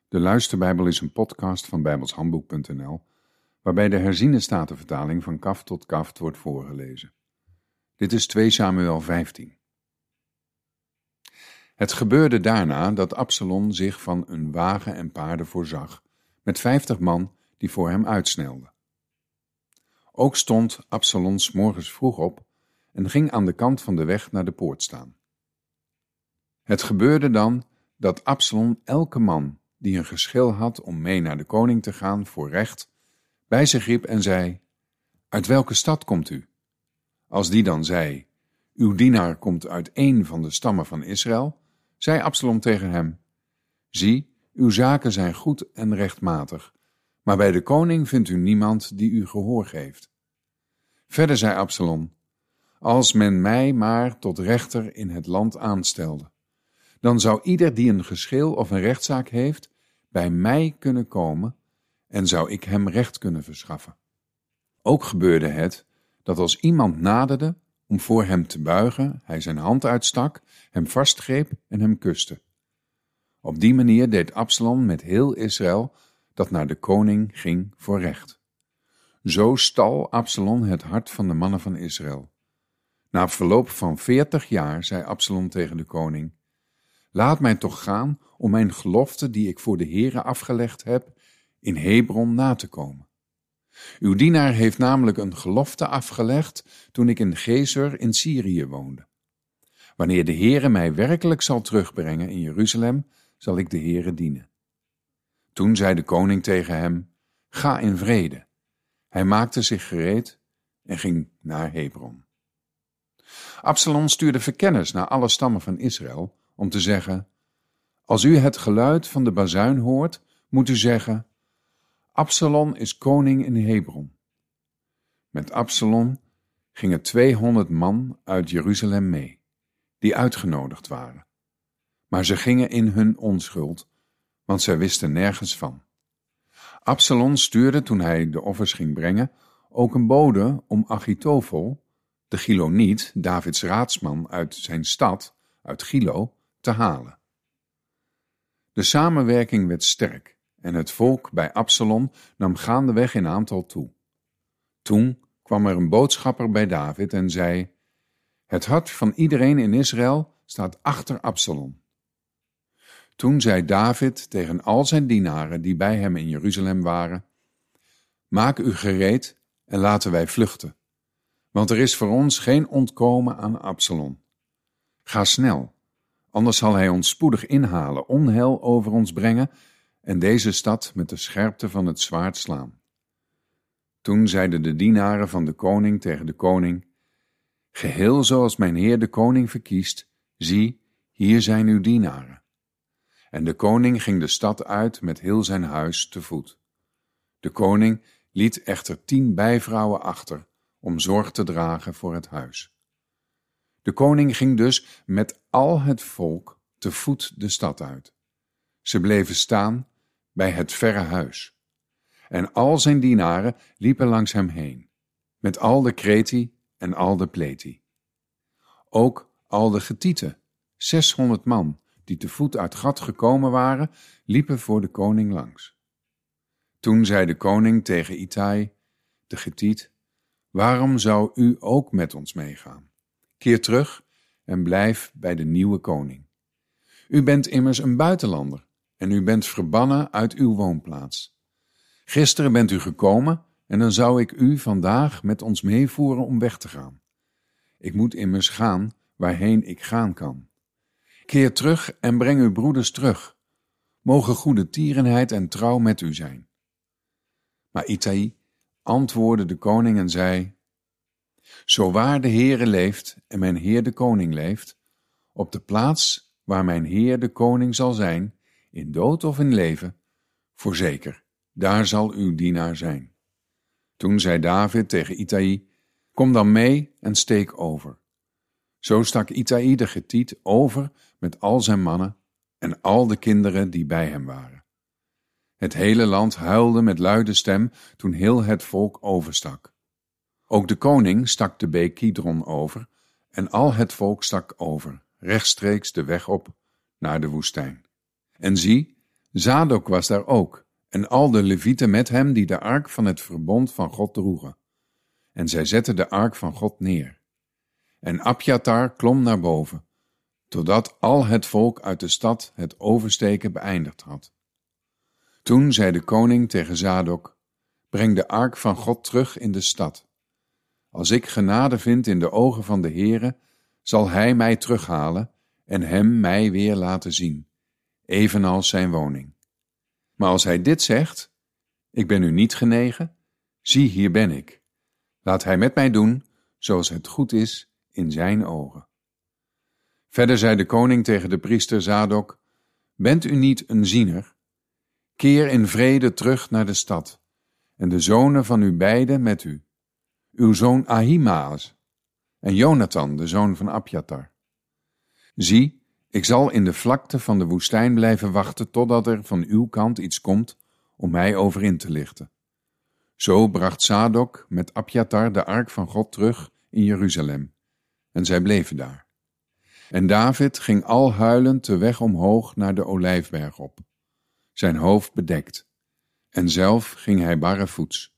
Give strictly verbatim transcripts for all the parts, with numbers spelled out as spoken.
De Luisterbijbel is een podcast van bijbelshandboek punt n l, waarbij de herziene statenvertaling van kaf tot kaft wordt voorgelezen. Dit is twee Samuel vijftien. Het gebeurde daarna dat Absalom zich van een wagen en paarden voorzag, met vijftig man die voor hem uitsnelden. Ook stond Absalom 's morgens vroeg op en ging aan de kant van de weg naar de poort staan. Het gebeurde dan dat Absalom elke man die een geschil had om mee naar de koning te gaan voor recht, bij zich riep en zei: "Uit welke stad komt u?" Als die dan zei: "Uw dienaar komt uit een van de stammen van Israël," zei Absalom tegen hem: "Zie, uw zaken zijn goed en rechtmatig, maar bij de koning vindt u niemand die u gehoor geeft." Verder zei Absalom: "Als men mij maar tot rechter in het land aanstelde, dan zou ieder die een geschil of een rechtszaak heeft, bij mij kunnen komen en zou ik hem recht kunnen verschaffen." Ook gebeurde het dat als iemand naderde om voor hem te buigen, hij zijn hand uitstak, hem vastgreep en hem kuste. Op die manier deed Absalom met heel Israël dat naar de koning ging voor recht. Zo stal Absalom het hart van de mannen van Israël. Na verloop van veertig jaar zei Absalom tegen de koning: "Laat mij toch gaan om mijn gelofte die ik voor de Heere afgelegd heb, in Hebron na te komen. Uw dienaar heeft namelijk een gelofte afgelegd toen ik in Gezer in Syrië woonde. Wanneer de Heere mij werkelijk zal terugbrengen in Jeruzalem, zal ik de Heere dienen." Toen zei de koning tegen hem: "Ga in vrede." Hij maakte zich gereed en ging naar Hebron. Absalom stuurde verkenners naar alle stammen van Israël om te zeggen: "Als u het geluid van de bazuin hoort, moet u zeggen: Absalom is koning in Hebron." Met Absalom gingen tweehonderd man uit Jeruzalem mee, die uitgenodigd waren. Maar ze gingen in hun onschuld, want zij wisten nergens van. Absalom stuurde, toen hij de offers ging brengen, ook een bode om Achitofel, de Giloniet, Davids raadsman uit zijn stad, uit Gilo, te halen. De samenwerking werd sterk en het volk bij Absalom nam gaandeweg in aantal toe. Toen kwam er een boodschapper bij David en zei: "Het hart van iedereen in Israël staat achter Absalom." Toen zei David tegen al zijn dienaren die bij hem in Jeruzalem waren: "Maak u gereed en laten wij vluchten, want er is voor ons geen ontkomen aan Absalom. Ga snel, anders zal hij ons spoedig inhalen, onheil over ons brengen en deze stad met de scherpte van het zwaard slaan." Toen zeiden de dienaren van de koning tegen de koning: "Geheel zoals mijn heer de koning verkiest, zie, hier zijn uw dienaren." En de koning ging de stad uit met heel zijn huis te voet. De koning liet echter tien bijvrouwen achter om zorg te dragen voor het huis. De koning ging dus met al het volk te voet de stad uit. Ze bleven staan bij het verre huis. En al zijn dienaren liepen langs hem heen, met al de kreti en al de pleti. Ook al de Gethieten, zeshonderd man, die te voet uit Gat gekomen waren, liepen voor de koning langs. Toen zei de koning tegen Ittai, de Gethiet: "Waarom zou u ook met ons meegaan? Keer terug en blijf bij de nieuwe koning. U bent immers een buitenlander en u bent verbannen uit uw woonplaats. Gisteren bent u gekomen en dan zou ik u vandaag met ons meevoeren om weg te gaan. Ik moet immers gaan waarheen ik gaan kan. Keer terug en breng uw broeders terug. Mogen goede tierenheid en trouw met u zijn." Maar Ittai antwoordde de koning en zei: "Zo waar de Heere leeft en mijn heer de koning leeft, op de plaats waar mijn heer de koning zal zijn, in dood of in leven, voorzeker, daar zal uw dienaar zijn." Toen zei David tegen Ittai: "Kom dan mee en steek over." Zo stak Ittai de Gethiet over met al zijn mannen en al de kinderen die bij hem waren. Het hele land huilde met luide stem toen heel het volk overstak. Ook de koning stak de beek Kidron over en al het volk stak over, rechtstreeks de weg op naar de woestijn. En zie, Zadok was daar ook, en al de levieten met hem die de ark van het verbond van God droegen. En zij zetten de ark van God neer. En Abjatar klom naar boven, totdat al het volk uit de stad het oversteken beëindigd had. Toen zei de koning tegen Zadok: breng de ark van God terug in de stad. Als ik genade vind in de ogen van de Heere, zal hij mij terughalen en hem mij weer laten zien, evenals zijn woning. Maar als hij dit zegt: ik ben u niet genegen, zie, hier ben ik. Laat hij met mij doen zoals het goed is in zijn ogen. Verder zei de koning tegen de priester Zadok: bent u niet een ziener? Keer in vrede terug naar de stad, en de zonen van u beiden met u, uw zoon Ahimaas en Jonathan, de zoon van Abjatar. Zie, ik zal in de vlakte van de woestijn blijven wachten totdat er van uw kant iets komt om mij over in te lichten. Zo bracht Zadok met Abjatar de ark van God terug in Jeruzalem, en zij bleven daar. En David ging al huilend de weg omhoog naar de Olijfberg op, zijn hoofd bedekt, en zelf ging hij barrevoets.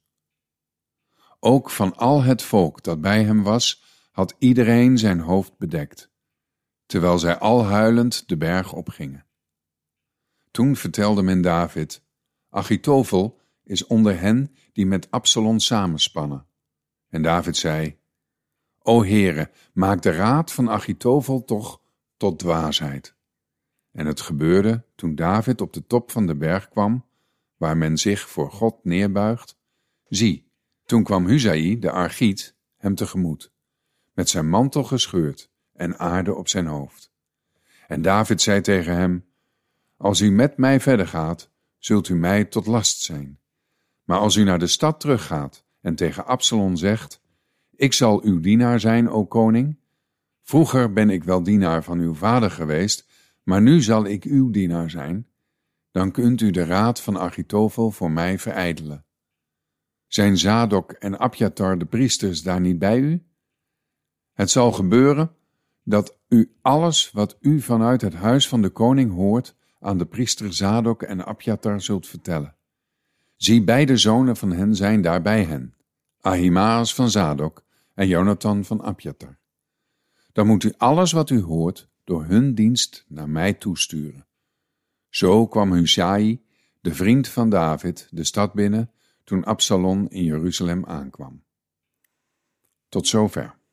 Ook van al het volk dat bij hem was, had iedereen zijn hoofd bedekt, terwijl zij al huilend de berg opgingen. Toen vertelde men David: Achitofel is onder hen die met Absalom samenspannen. En David zei: O Heere, maak de raad van Achitofel toch tot dwaasheid. En het gebeurde toen David op de top van de berg kwam, waar men zich voor God neerbuigt. Zie, toen kwam Huzai, de Argiet, hem tegemoet, met zijn mantel gescheurd en aarde op zijn hoofd. En David zei tegen hem: Als u met mij verder gaat, zult u mij tot last zijn. Maar als u naar de stad teruggaat en tegen Absalom zegt: Ik zal uw dienaar zijn, o koning. Vroeger ben ik wel dienaar van uw vader geweest, maar nu zal ik uw dienaar zijn. Dan kunt u de raad van Achitofel voor mij verijdelen. Zijn Zadok en Abjatar de priesters daar niet bij u? Het zal gebeuren dat u alles wat u vanuit het huis van de koning hoort aan de priester Zadok en Abjatar zult vertellen. Zie, beide zonen van hen zijn daar bij hen, Ahimaas van Zadok en Jonathan van Abjatar. Dan moet u alles wat u hoort door hun dienst naar mij toesturen. Zo kwam Husai, de vriend van David, de stad binnen toen Absalom in Jeruzalem aankwam. Tot zover.